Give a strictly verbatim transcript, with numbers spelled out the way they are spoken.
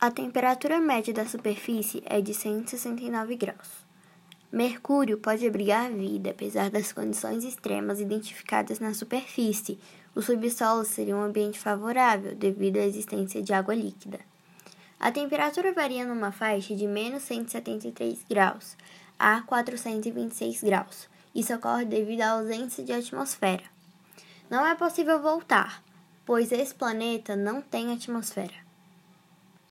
A temperatura média da superfície é de cento e sessenta e nove graus. Mercúrio pode abrigar vida, apesar das condições extremas identificadas na superfície. O subsolo seria um ambiente favorável, devido à existência de água líquida. A temperatura varia numa faixa de menos cento e setenta e três graus a quatrocentos e vinte e seis graus. Isso ocorre devido à ausência de atmosfera. Não é possível voltar, pois esse planeta não tem atmosfera.